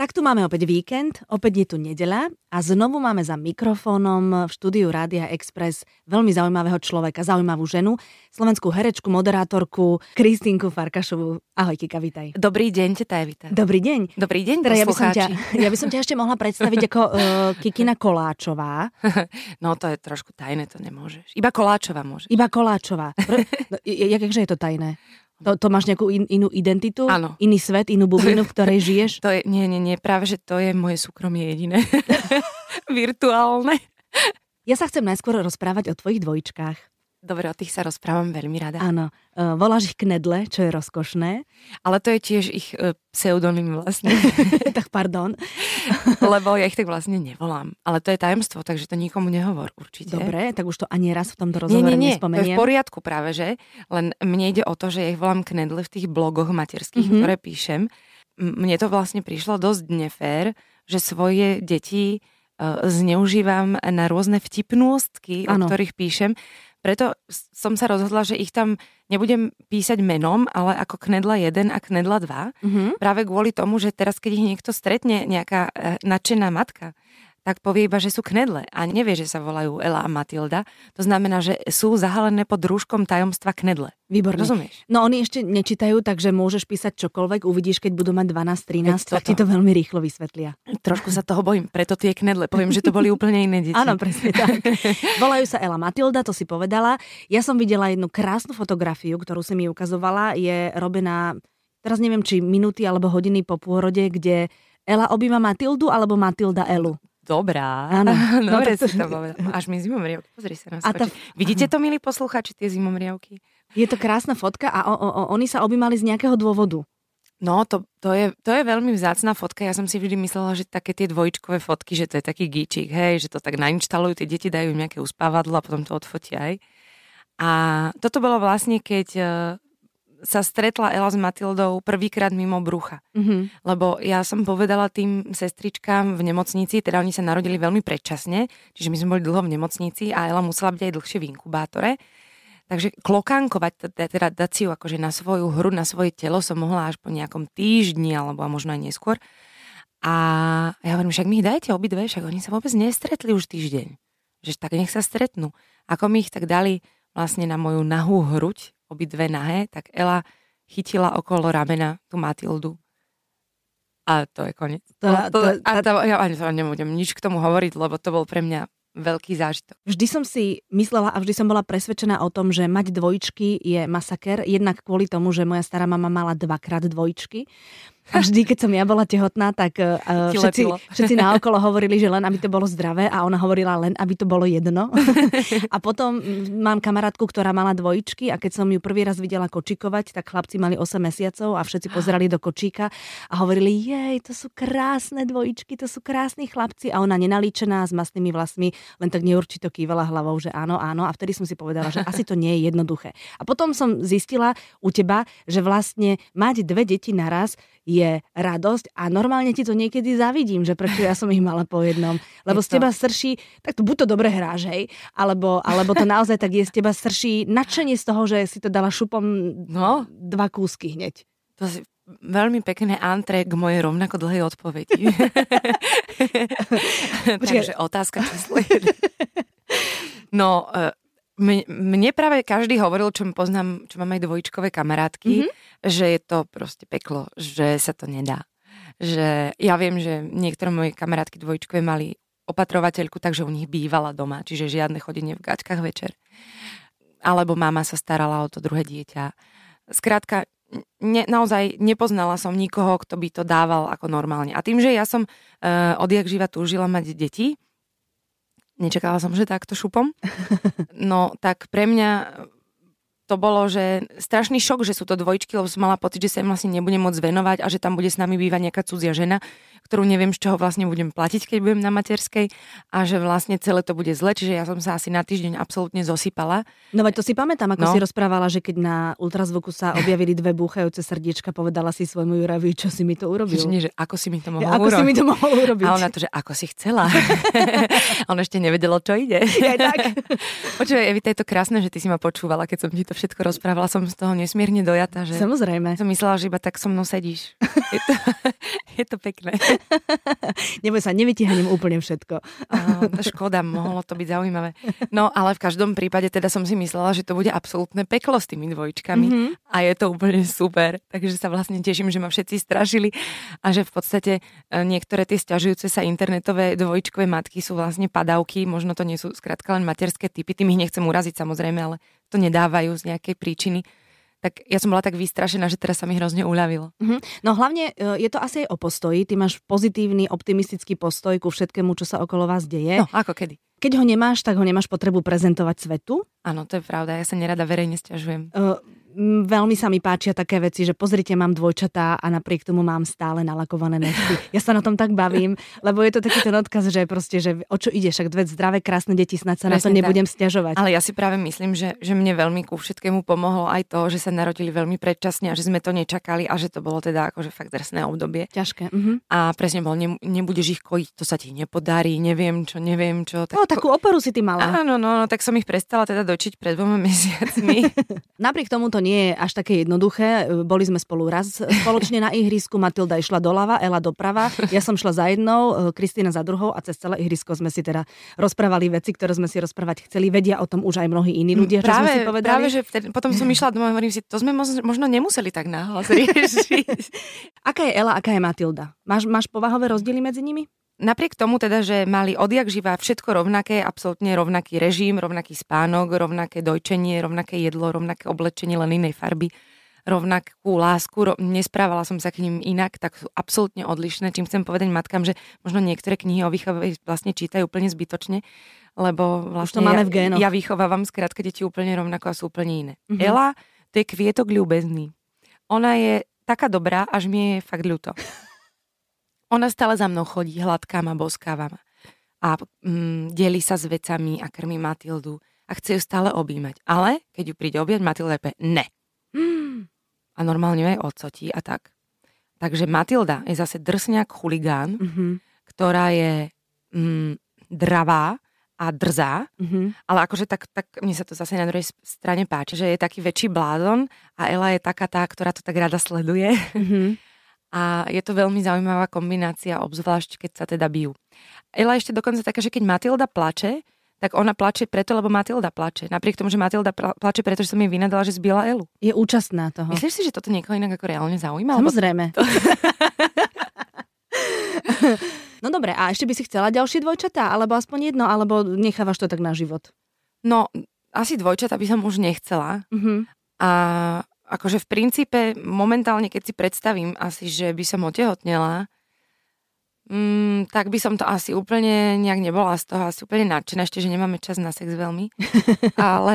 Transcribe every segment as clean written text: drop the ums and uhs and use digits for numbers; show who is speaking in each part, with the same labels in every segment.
Speaker 1: Tak tu máme opäť víkend, opäť je tu nedeľa a znovu máme za mikrofónom v štúdiu Rádia Express veľmi zaujímavého človeka, zaujímavú ženu, slovenskú herečku, moderátorku Kristýnku Farkašovú. Ahoj, Kika, vítaj.
Speaker 2: Dobrý deň, teta, vítaj.
Speaker 1: Dobrý deň.
Speaker 2: Dobrý deň,
Speaker 1: teda
Speaker 2: poslucháči.
Speaker 1: ja by som ťa ešte mohla predstaviť ako Kikina Koláčová.
Speaker 2: No to je trošku tajné, to nemôžeš. Iba Koláčová môžeš.
Speaker 1: Iba Koláčová. Jakže je to tajné? To máš nejakú inú identitu?
Speaker 2: Áno.
Speaker 1: Iný svet, inú bublinu, v ktorej žiješ?
Speaker 2: To je, nie, práve že to je moje súkromie jediné. Virtuálne.
Speaker 1: Ja sa chcem najskôr rozprávať o tvojich dvojičkách.
Speaker 2: Dobre, o tých sa rozprávam veľmi rada.
Speaker 1: Áno, voláš ich knedle, čo je rozkošné.
Speaker 2: Ale to je tiež ich pseudonym vlastne.
Speaker 1: Tak pardon.
Speaker 2: Lebo ja ich tak vlastne nevolám. Ale to je tajomstvo, takže to nikomu nehovor určite.
Speaker 1: Dobre, tak už to ani raz v tomto rozhovore nespomeniem.
Speaker 2: To je v poriadku práve, že? Len mne ide o to, že ja ich volám knedle v tých blogoch materských, ktoré píšem. Mne to vlastne prišlo dosť nefér, že svoje deti zneužívam na rôzne vtipnôstky, o ktorých píšem. Preto som sa rozhodla, že ich tam nebudem písať menom, ale ako knedla 1 a knedla 2. Práve kvôli tomu, že teraz, keď ich niekto stretne, nejaká nadšená matka, tak povie iba, že sú knedle a nevie, že sa volajú Ela a Matilda. To znamená, že sú zahalené pod rúškom tajomstva knedle.
Speaker 1: Výborné.
Speaker 2: Rozumieš?
Speaker 1: No oni ešte nečítajú, takže môžeš písať čokoľvek, uvidíš, keď budú mať 12, 13, tak ti to veľmi rýchlo vysvetlia.
Speaker 2: Trošku sa toho bojím, preto tie knedle. Poviem, že to boli úplne iné deti.
Speaker 1: Áno, presne tak. Volajú sa Ela Matilda, to si povedala. Ja som videla jednu krásnu fotografiu, ktorú si mi ukazovala. Je robená, teraz neviem, či minúty alebo hodiny po pôrode, kde Ela obýva Matildu alebo Matilda Elu.
Speaker 2: Dobrá.
Speaker 1: Áno.
Speaker 2: Dobre si to povedal. Až mi zimomriavky. Pozri sa na skoči. Vidíte to, milí poslucháči, tie zimomriavky?
Speaker 1: Je to krásna fotka a oni sa objímali z nejakého dôvodu.
Speaker 2: No, to je veľmi vzácna fotka. Ja som si vždy myslela, že také tie dvojčkové fotky, že to je taký gíčik, hej, že to tak nainštalujú, tie deti dajú im nejaké uspávadlo a potom to odfotia aj. A toto bolo vlastne, keď sa stretla Ela s Matildou prvýkrát mimo brucha. Lebo ja som povedala tým sestričkám v nemocnici, teda oni sa narodili veľmi predčasne, čiže my sme boli dlho v nemocnici a Ela musela byť aj dlhšie v inkubátore. Takže klokánkovať, teda dať si ju akože na svoju hru, na svoje telo som mohla až po nejakom týždni, alebo možno aj neskôr. A ja hovorím, však mi ich dajte obidve, však oni sa vôbec nestretli už týždeň. Že tak nech sa stretnú. Ako mi ich tak dali vlastne na moju nahú hruď, obidve nahé, tak Ela chytila okolo ramena tú Matildu. A to je koniec. Ja ani nebudem nič k tomu hovoriť, lebo to bol pre mňa veľký zážitok.
Speaker 1: Vždy som si myslela a vždy som bola presvedčená o tom, že mať dvojičky je masaker, jednak kvôli tomu, že moja stará mama mala 2x dvojičky. A vždy, keď som ja bola tehotná, tak všetci naokolo hovorili, že len aby to bolo zdravé a ona hovorila len aby to bolo jedno. A potom mám kamarátku, ktorá mala dvojičky a keď som ju prvý raz videla kočikovať, tak chlapci mali 8 mesiacov a všetci pozerali do kočíka a hovorili, jej, to sú krásne dvojičky, to sú krásni chlapci a ona nenalíčená s mastnými vlasmi, len tak neurčito kývala hlavou, že áno, áno a vtedy som si povedala, že asi to nie je jednoduché. A potom som zistila u teba, že vlastne mať dve deti naraz je radosť a normálne ti to niekedy zavidím, že prečo ja som ich mala po jednom. Lebo z teba srší, tak to buď to dobre hráš, hej, alebo to naozaj tak je z teba srší nadšenie z toho, že si to dala šupom 2 kúsky hneď.
Speaker 2: To si veľmi pekné antré k mojej rovnako dlhej odpovedi. Takže otázka číslo 1. No, mne práve každý hovoril, čo poznám, čo mám aj dvojičkové kamarátky, že je to proste peklo, že sa to nedá. Že ja viem, že niektoré moje kamarátky dvojičkové mali opatrovateľku, takže u nich bývala doma, čiže žiadne chodenie v gačkách večer. Alebo mama sa starala o to druhé dieťa. Skrátka, naozaj nepoznala som nikoho, kto by to dával ako normálne. A tým, že ja som odjak živa túžila mať deti, nečakala som, že takto šupom. No, tak pre mňa to bolo, že strašný šok, že sú to dvojičky, lebo som mala pocit, že sa im vlastne nebudem môcť venovať a že tam bude s nami bývať nejaká cudzia žena, ktorú neviem, z čoho vlastne budem platiť, keď budem na materskej a že vlastne celé to bude zle, čiže ja som sa asi na týždeň absolútne zosypala.
Speaker 1: No veď to si pamätám, ako si rozprávala, že keď na ultrazvuku sa objavili 2 búchajúce srdiečka, povedala si svojmu Juravi, čo si mi to urobil.
Speaker 2: Nie, že ako si mi to mohol
Speaker 1: urobiť. Ako si mi to mohol urobiť.
Speaker 2: A ona to, že ako si chcela. On ešte nevedelo, čo ide.
Speaker 1: Aj tak.
Speaker 2: Počúvaj, Evita, je to krásne, že ty si ma počúvala, keď som ti to všetko rozprávala, som z toho nesmierne dojatá, že
Speaker 1: samozrejme.
Speaker 2: Som myslela, že iba tak so mnou sedíš. Je to pekné.
Speaker 1: Neboj sa, nevytiahnem úplne všetko.
Speaker 2: Škoda, mohlo to byť zaujímavé. No, ale v každom prípade teda som si myslela, že to bude absolútne peklo s tými dvojčkami a je to úplne super. Takže sa vlastne teším, že ma všetci strašili a že v podstate niektoré tie sťažujúce sa internetové dvojčkové matky sú vlastne padavky, možno to nie sú skrátka len materské typy, tým ich nechcem uraziť samozrejme, ale to nedávajú z nejakej príčiny. Tak ja som bola tak vystrašená, že teraz sa mi hrozne uľavilo.
Speaker 1: No hlavne je to asi aj o postoji. Ty máš pozitívny, optimistický postoj ku všetkému, čo sa okolo vás deje.
Speaker 2: No, ako kedy?
Speaker 1: Keď ho nemáš, tak ho nemáš potrebu prezentovať svetu.
Speaker 2: Áno, to je pravda. Ja sa nerada verejne sťažujem.
Speaker 1: Veľmi sa mi páčia také veci, že pozrite, mám dvojčatá a napriek tomu mám stále nalakované nechty. Ja sa na tom tak bavím, lebo je to taký ten odkaz, že proste, že o čo ide, však dve zdravé, krásne deti, snad sa presne na to nebudem sťažovať.
Speaker 2: Ale ja si práve myslím, že mne veľmi ku všetkému pomohlo aj to, že sa narodili veľmi predčasne a že sme to nečakali a že to bolo teda akože fakt drsné obdobie.
Speaker 1: Ťažké.
Speaker 2: A presne bol, nebudeš ich kojiť, to sa ti nepodarí, neviem čo.
Speaker 1: Tak takú oporu si ty mala.
Speaker 2: Áno, tak som ich prestala teda dočiť pred 2 mesiacmi.
Speaker 1: Napriek tomu to nie je až také jednoduché. Boli sme spolu raz spoločne na ihrisku, Matilda išla doľava, Ela doprava, ja som šla za jednou, Kristína za druhou a cez celé ihrisko sme si teda rozprávali veci, ktoré sme si rozprávať chceli. Vedia o tom už aj mnohí iní ľudia, čo sme si povedali.
Speaker 2: Práve, že potom som išla domov a hovorím si, to sme možno nemuseli tak nahlas riešiť.
Speaker 1: Aká je Ela, aká je Matilda? Máš povahové rozdiely medzi nimi?
Speaker 2: Napriek tomu teda, že mali odjak živa všetko rovnaké, absolútne rovnaký režim, rovnaký spánok, rovnaké dojčenie, rovnaké jedlo, rovnaké oblečenie len inej farby, rovnakú lásku, nesprávala som sa k ním inak, tak sú absolútne odlišné. Čím chcem povedať matkám, že možno niektoré knihy o výchove vlastne čítajú úplne zbytočne, lebo vlastne
Speaker 1: to máme v génoch.
Speaker 2: Ja vychovávam skrátka deti úplne rovnako a sú úplne iné. Ela, to je kvietok ľúbezný. Ona je taká dobrá, až mi je fakt ľúto. Ona stále za mnou chodí, hladká ma, boskáva ma. A delí sa s vecami a krmí Matildu. A chce ju stále objímať. Ale keď ju príde objať, Matilda je ne. A normálne ju aj odsotí a tak. Takže Matilda je zase drsňák chuligán, ktorá je dravá a drzá. Ale akože tak mne sa to zase na druhej strane páči, že je taký väčší blázon a Ela je taká tá, ktorá to tak rada sleduje. A je to veľmi zaujímavá kombinácia, obzvlášť keď sa teda bijú. Ela ešte dokonca taká, že keď Matilda plače, tak ona plače preto, lebo Matilda plače. Napriek tomu, že Matilda plače preto, že som jej vynadala, že zbila Elu.
Speaker 1: Je účastná toho.
Speaker 2: Myslíš si, že toto niekoho inak ako reálne zaujíma?
Speaker 1: Samozrejme. No dobre, a ešte by si chcela ďalšie dvojčatá? Alebo aspoň jedno? Alebo nechávaš to tak na život?
Speaker 2: No, asi dvojčatá by som už nechcela. A akože v princípe momentálne, keď si predstavím asi, že by som otehotnela, tak by som to asi úplne nejak nebola z toho asi úplne nadšená, ešte, že nemáme čas na sex veľmi. Ale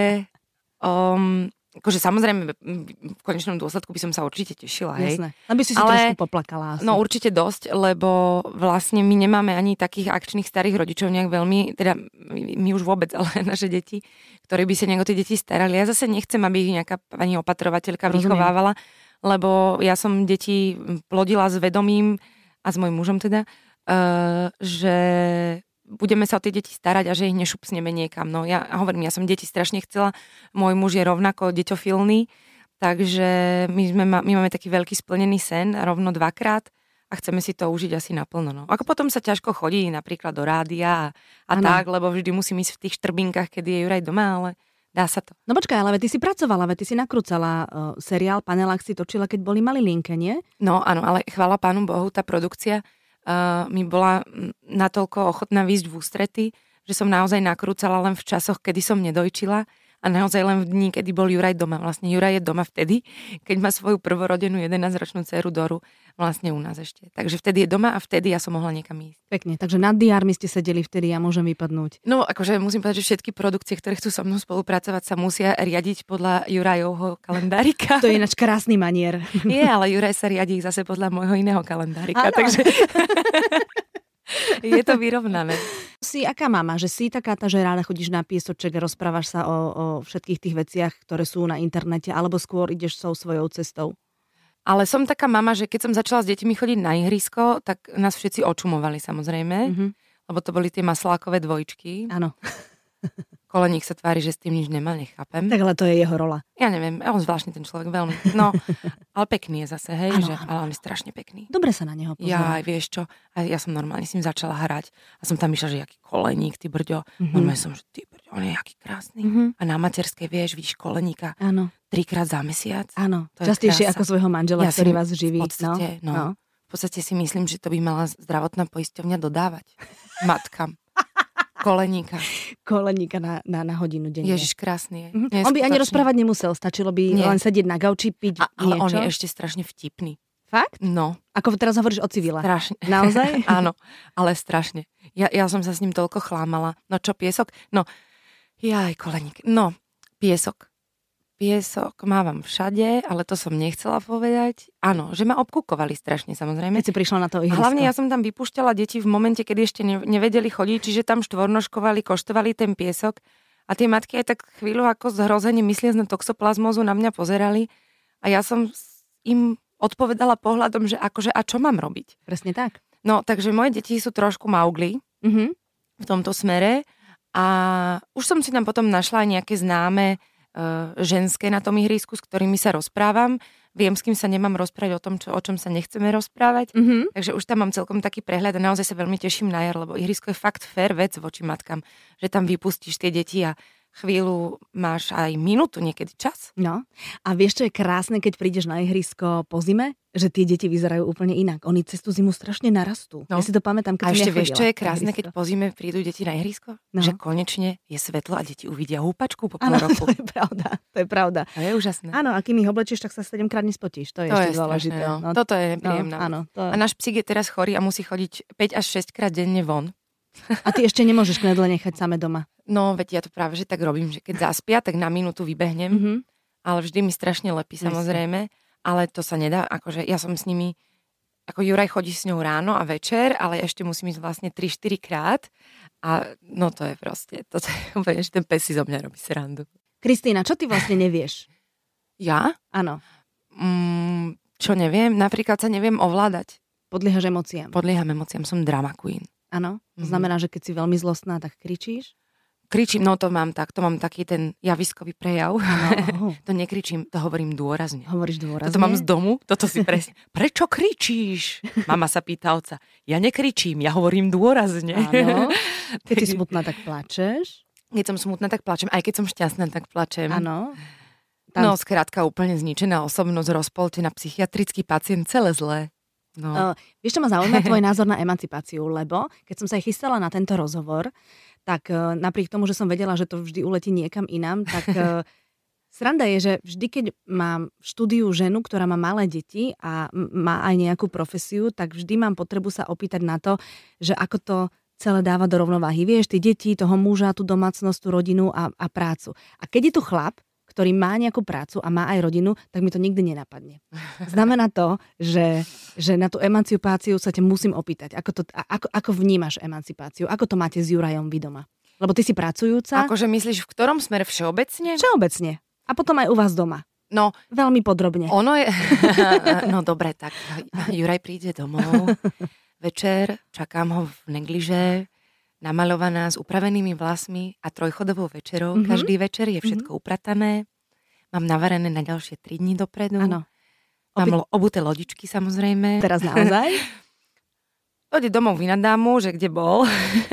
Speaker 2: akože samozrejme v konečnom dôsledku by som sa určite tešila. Hej.
Speaker 1: Jasné. Aby si trošku poplakala asi.
Speaker 2: No určite dosť, lebo vlastne my nemáme ani takých akčných starých rodičov nejak veľmi, teda my už vôbec, ale naše deti, ktorí by sa nejak o tie deti starali. Ja zase nechcem, aby ich nejaká pani opatrovateľka vychovávala, lebo ja som deti plodila s vedomím a s mojím mužom teda, že budeme sa o tie deti starať a že ich nešupsneme niekam. No ja hovorím, ja som deti strašne chcela, môj muž je rovnako deťofilný, takže my máme taký veľký splnený sen, rovno 2-krát a chceme si to užiť asi naplno. No. Ako potom sa ťažko chodí napríklad do rádia a tak, lebo vždy musím ísť v tých štrbinkách, kedy je Juraj doma, ale dá sa to. No
Speaker 1: počkaj, ale ty si pracovala, ty si nakrúcala seriál Panelák si točila, keď boli malilinké, nie?
Speaker 2: No áno, ale chvála Pánu Bohu, tá produkcia mi bola natoľko ochotná výjsť v ústrety, že som naozaj nakrúcala len v časoch, kedy som nedojčila a naozaj len v dni, kedy bol Juraj doma. Vlastne Juraj je doma vtedy, keď má svoju prvorodenú 11-ročnú dceru Doru vlastne u nás ešte. Takže vtedy je doma a vtedy ja som mohla niekam ísť.
Speaker 1: Pekne, takže nad diármi ste sedeli vtedy, ja môžem vypadnúť.
Speaker 2: No akože musím povedať, že všetky produkcie, ktoré chcú so mnou spolupracovať, sa musia riadiť podľa Jurajovho kalendárika.
Speaker 1: To je ináč krásny manier.
Speaker 2: Nie, ale Juraj sa riadí zase podľa môjho iného kalendárika, takže je to vyrovnané.
Speaker 1: Si aká mama, že si taká tá, že ráda chodíš na piesoček, rozprávaš sa o všetkých tých veciach, ktoré sú na internete, alebo skôr ideš svojou cestou?
Speaker 2: Ale som taká mama, že keď som začala s deťmi chodiť na ihrisko, tak nás všetci očumovali samozrejme, lebo to boli tie maslákové dvojčky.
Speaker 1: Áno.
Speaker 2: Koleník sa tvári, že s tým nič nemá, nechápem.
Speaker 1: Tak ale to je jeho rola.
Speaker 2: Ja neviem, on zvláštny ten človek veľmi. No, ale pekný je zase, hej,
Speaker 1: Áno,
Speaker 2: že,
Speaker 1: áno.
Speaker 2: ale on je strašne pekný.
Speaker 1: Dobre sa na neho pozerá.
Speaker 2: Ja, vieš čo, a ja som normálne s ním začala hrať a som tam išla, že jaký Koleník, ty brďo. Normálne som, že ty brďo, on je jaký krásny. A na materskej, vieš, vidíš Koleníka
Speaker 1: Áno.
Speaker 2: 3-krát za mesiac.
Speaker 1: Áno,
Speaker 2: To je
Speaker 1: častejšie
Speaker 2: krása.
Speaker 1: ako svojho manžela,
Speaker 2: Ja
Speaker 1: ktorý
Speaker 2: si
Speaker 1: vás živí.
Speaker 2: v podstate,
Speaker 1: no.
Speaker 2: v podstate si myslím, že to by mala zdravotná poisťovňa dodávať matkám. Koleníka.
Speaker 1: Koleníka na hodinu denne.
Speaker 2: Ježiš, krásny je.
Speaker 1: On by ani rozprávať nemusel, stačilo by len sedieť na gauči, piť
Speaker 2: ale
Speaker 1: niečo.
Speaker 2: on je ešte strašne vtipný.
Speaker 1: Fakt?
Speaker 2: No.
Speaker 1: Ako teraz hovoríš o civile.
Speaker 2: Strašne.
Speaker 1: Naozaj?
Speaker 2: Áno, ale strašne. Ja som sa s ním toľko chlámala. No čo, piesok? No, jaj, Koleník. No, piesok. Piesok mávam všade, ale to som nechcela povedať. Áno, že ma obkúkovali strašne, samozrejme.
Speaker 1: Keď si prišla na to ihrisko.
Speaker 2: Hlavne ja som tam vypúšťala deti v momente, kedy ešte nevedeli chodiť, čiže tam štvornožkovali, koštovali ten piesok a tie matky aj tak chvíľu ako zhrozenie mysliac na toxoplazmózu na mňa pozerali a ja som im odpovedala pohľadom, že akože a čo mám robiť?
Speaker 1: Presne tak.
Speaker 2: No, takže moje deti sú trošku Maugli v tomto smere a už som si tam potom našla aj nejaké známe ženské na tom ihrisku, s ktorými sa rozprávam. Viem, s kým sa nemám rozprávať o tom, o čom sa nechceme rozprávať. Takže už tam mám celkom taký prehľad a naozaj sa veľmi teším na jar, lebo ihrisko je fakt fair vec voči matkám, že tam vypustíš tie deti a chvíľu máš aj minútu, niekedy čas.
Speaker 1: No. A vieš, čo je krásne, keď prídeš na ihrisko po zime? Že tie deti vyzerajú úplne inak. Oni cez tú zimu strašne narastú.
Speaker 2: No.
Speaker 1: Ja si to pamätám, keď
Speaker 2: a
Speaker 1: som
Speaker 2: ešte
Speaker 1: nechodila
Speaker 2: vieš, čo je krásne,
Speaker 1: na ihrisko.
Speaker 2: keď po zime prídu deti na ihrisko?
Speaker 1: No.
Speaker 2: Že konečne je svetlo a deti uvidia húpačku po pol
Speaker 1: Áno,
Speaker 2: roku.
Speaker 1: to je pravda. To je pravda.
Speaker 2: To je úžasné.
Speaker 1: Áno, a kým ich oblečieš, tak sa 7-krát nespotíš. To je
Speaker 2: To
Speaker 1: ešte
Speaker 2: je
Speaker 1: dôležité.
Speaker 2: strašné, no. Toto je nepríjemná.
Speaker 1: No, áno, to...
Speaker 2: A náš psík je teraz chorý a musí chodiť 5 až 6 krát denne von.
Speaker 1: A ty ešte nemôžeš knedle nechať same doma.
Speaker 2: No, veď ja to práve, že tak robím, že keď zaspia, tak na minútu vybehnem, ale vždy mi strašne lepí, samozrejme, ale to sa nedá, akože ja som s nimi, ako Juraj chodí s ňou ráno a večer, ale ešte musím ísť vlastne 3-4 krát a no to je proste, to je úplne, že ten pes si zo mňa robí srandu.
Speaker 1: Kristína, čo ty vlastne nevieš?
Speaker 2: Ja?
Speaker 1: Áno.
Speaker 2: Čo neviem? Napríklad sa neviem ovládať.
Speaker 1: Podliehaš emóciám.
Speaker 2: Podlieham emóciám, som drama queen.
Speaker 1: Áno. To znamená, že keď si veľmi zlostná, tak kričíš?
Speaker 2: Kričím, no to mám taký ten javiskový prejav.
Speaker 1: Áno.
Speaker 2: To nekričím, to hovorím dôrazne.
Speaker 1: Hovoríš dôrazne?
Speaker 2: Toto mám z domu, toto si presne. Prečo kričíš? Mama sa pýta otca. Ja nekričím, ja hovorím dôrazne.
Speaker 1: Áno. Keď si smutná, tak plačeš?
Speaker 2: Keď som smutná, tak plačem. Aj keď som šťastná, tak plačem.
Speaker 1: Áno.
Speaker 2: No, skrátka úplne zničená osobnosť, rozpoltená, psychiatrický pacient, celé zlé. No.
Speaker 1: Vieš, čo ma zaujíma tvoj názor na emancipáciu, lebo keď som sa aj chystala na tento rozhovor, tak napriek tomu, že som vedela, že to vždy uletí niekam inám, tak sranda je, že vždy, keď mám v štúdiu ženu, ktorá má malé deti a má aj nejakú profesiu, tak vždy mám potrebu sa opýtať na to, že ako to celé dáva do rovnováhy. Vieš, tie deti, toho muža, tú domácnosť, tú rodinu a prácu. A keď je tu chlap, ktorý má nejakú prácu a má aj rodinu, tak mi to nikdy nenapadne. Znamená to, že na tú emancipáciu sa ťa musím opýtať. Ako vnímaš emancipáciu? Ako to máte s Jurajom vy doma? Lebo ty si pracujúca.
Speaker 2: Akože myslíš, v ktorom smere všeobecne?
Speaker 1: Všeobecne. A potom aj u vás doma.
Speaker 2: No.
Speaker 1: Veľmi podrobne.
Speaker 2: Ono je... No dobre, tak Juraj príde domov. Večer, čakám ho v negliže, namaľovaná s upravenými vlasmi a trojchodovou večerou. Každý večer je všetko upratané. Mám navarené na ďalšie 3 dni dopredu.
Speaker 1: Áno.
Speaker 2: Mám obuté lodičky, samozrejme.
Speaker 1: Teraz naozaj?
Speaker 2: Pôjde domov vynadám mu, že kde bol.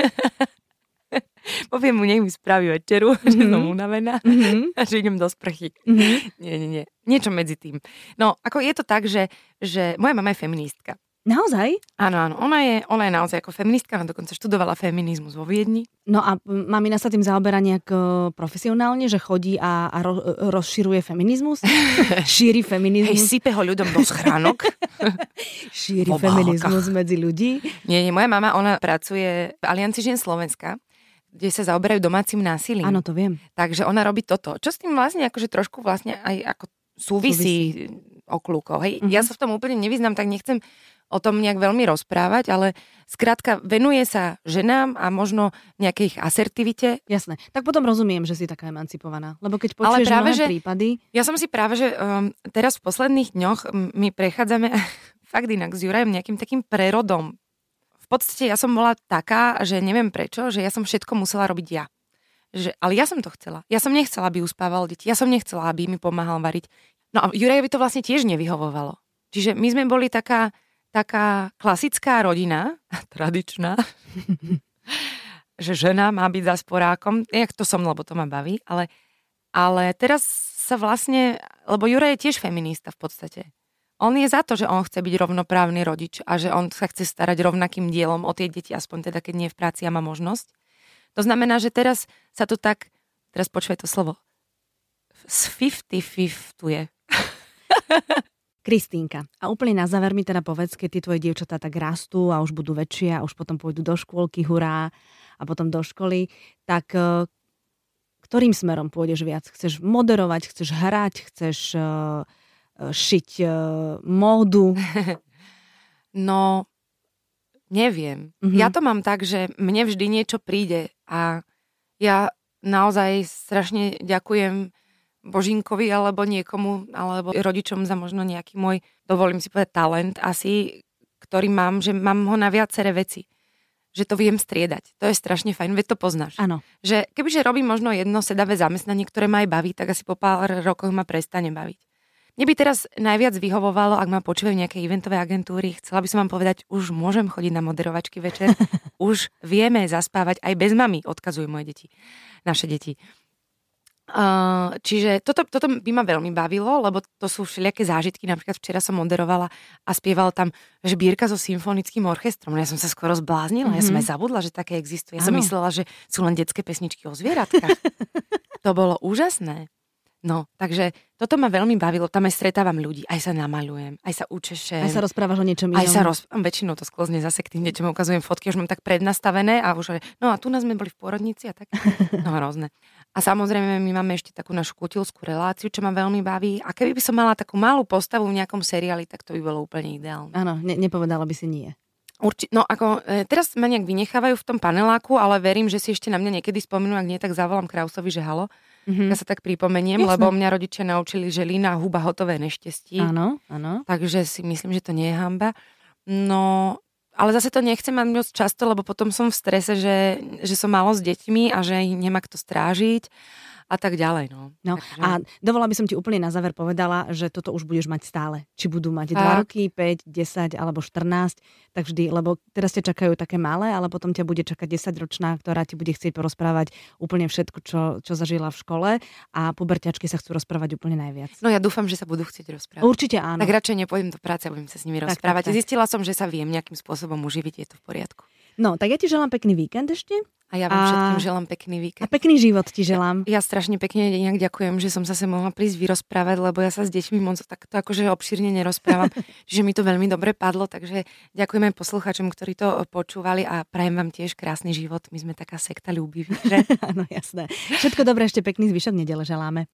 Speaker 2: Poviem mu, nech mi spraví večeru, že som unavená a že idem do sprchy. Nie. Niečo medzi tým. No, ako je to tak, že moja mama je feministka.
Speaker 1: Naozaj?
Speaker 2: Áno, ona je naozaj ako feministka, ona dokonca študovala feminizmus vo Viedni.
Speaker 1: No a mamina sa tým zaoberá nejak profesionálne, že chodí a rozširuje feminizmus? Šíri feminizmus?
Speaker 2: Hej, sype ho ľuďom do schránok.
Speaker 1: Šíri feminizmus medzi ľudí?
Speaker 2: Nie, moja mama, ona pracuje v Aliancii žien Slovenska, kde sa zaoberajú domácim násilím.
Speaker 1: Áno, to viem.
Speaker 2: Takže ona robí toto. Čo s tým vlastne akože trošku vlastne aj ako súvisí okľúkov. Hej, ja sa v tom úplne nevyznám, tak nechcem o tom nejak veľmi rozprávať, ale skrátka venuje sa ženám a možno nejakej ich asertivite.
Speaker 1: Jasné. Tak potom rozumiem, že si taká emancipovaná. Lebo keď počuješ mnohé prípady...
Speaker 2: Ja som si práve, že teraz v posledných dňoch my prechádzame fakt inak s Jurajom nejakým takým prerodom. V podstate ja som bola taká, že neviem prečo, že ja som všetko musela robiť ja. ale ja som to chcela. Ja som nechcela, aby uspával deti. Ja som nechcela, aby mi pomáhal variť. No a Jurajovi to vlastne tiež nevyhovovalo. Čiže my sme boli taká klasická rodina, tradičná, že žena má byť za sporákom. Jak to som, lebo to ma baví. Ale teraz sa vlastne, lebo Juraj je tiež feminista v podstate. On je za to, že on chce byť rovnoprávny rodič a že on sa chce starať rovnakým dielom o tie deti, aspoň teda, keď nie je v práci a má možnosť. To znamená, že teraz sa to tak, teraz počuj to slovo, z 50-50-tuje.
Speaker 1: Kristínka, a úplne na záver mi teda povedz, keď tie tvoje dievčatá tak rastú a už budú väčšie a už potom pôjdu do škôlky, hurá, a potom do školy, tak ktorým smerom pôjdeš viac? Chceš moderovať, chceš hrať, chceš šiť módu?
Speaker 2: No, neviem. Ja to mám tak, že mne vždy niečo príde a ja naozaj strašne ďakujem Božínkovi alebo niekomu, alebo rodičom za možno nejaký môj, dovolím si povedať, talent asi, ktorý mám, že mám ho na viaceré veci. Že to viem striedať. To je strašne fajn, veď to poznáš.
Speaker 1: Áno.
Speaker 2: Že kebyže robím možno jedno sedavé zamestnanie, ktoré ma aj baví, tak asi po pár rokoch ma prestane baviť. Mne by teraz najviac vyhovovalo, ak ma počúvajú nejaké eventové agentúry, chcela by som vám povedať, už môžem chodiť na moderovačky večer, už vieme zaspávať aj bez mami, odkazujú moje deti, naše deti. Čiže toto by ma veľmi bavilo, lebo to sú všelijaké zážitky. Napríklad včera som moderovala a spievala tam Žbírka so symfonickým orchestrom. Ja som sa skoro zbláznila, ja som aj zabudla, že také existuje. Ja som myslela, že sú len detské pesničky o zvieratkách. To bolo úžasné. No, takže toto ma veľmi bavilo. Tam aj stretávam ľudí, aj sa namaľujem, aj sa učešem.
Speaker 1: Aj sa rozprávaš o niečom inom.
Speaker 2: Väčšinou to sklzne zase k tým deťom, ukazujem fotky, už mám tak prednastavené a už, no a tu nás sme boli v pôrodnici a tak. No hrozné. A samozrejme, my máme ešte takú našu kutilskú reláciu, čo ma veľmi baví. A keby by som mala takú malú postavu v nejakom seriáli, tak to by bolo úplne ideálne.
Speaker 1: Áno, nepovedala by si nie.
Speaker 2: No ako, teraz ma nejak vynechávajú v tom paneláku, ale verím, že si ešte na mňa niekedy spomenú, ak nie, tak zavolám Krausovi, že halo. Ja sa tak pripomeniem, lebo mňa rodičia naučili, že lína huba hotové neštestí.
Speaker 1: Áno.
Speaker 2: Takže si myslím, že to nie je hanba. No, ale zase to nechcem mať moc často, lebo potom som v strese, že som málo s deťmi a že ich nemá kto strážiť a tak ďalej. No. Takže...
Speaker 1: A dovolila by som ti úplne na záver povedala, že toto už budeš mať stále. Či budú mať 2 roky, 5, 10 alebo 14, tak vždy, lebo teraz ťa čakajú také malé, ale potom ťa bude čakať 10-ročná, ktorá ti bude chcieť porozprávať úplne všetko, čo zažila v škole a puberťačky sa chcú rozprávať úplne najviac.
Speaker 2: No ja dúfam, že sa budú chcieť rozprávať.
Speaker 1: Určite áno.
Speaker 2: Tak radšej nepôjdem do práce a budem sa s nimi rozprávať. Tak. Zistila som, že sa viem nejakým spôsobom uživiť, je to v poriadku.
Speaker 1: No, tak ja ti želám pekný víkend ešte.
Speaker 2: A ja vám všetkým želám pekný víkend.
Speaker 1: A pekný život ti želám.
Speaker 2: Ja strašne pekne inak ďakujem, že som sa mohla prísť vyrozprávať, lebo ja sa s deťmi moc takto akože obšírne nerozprávam. Čiže mi to veľmi dobre padlo, takže ďakujem aj poslucháčom, ktorí to počúvali a prajem vám tiež krásny život. My sme taká sekta ľúbiví, že?
Speaker 1: Áno, jasné. Všetko dobré, ešte pekný zvyšok nedele želáme.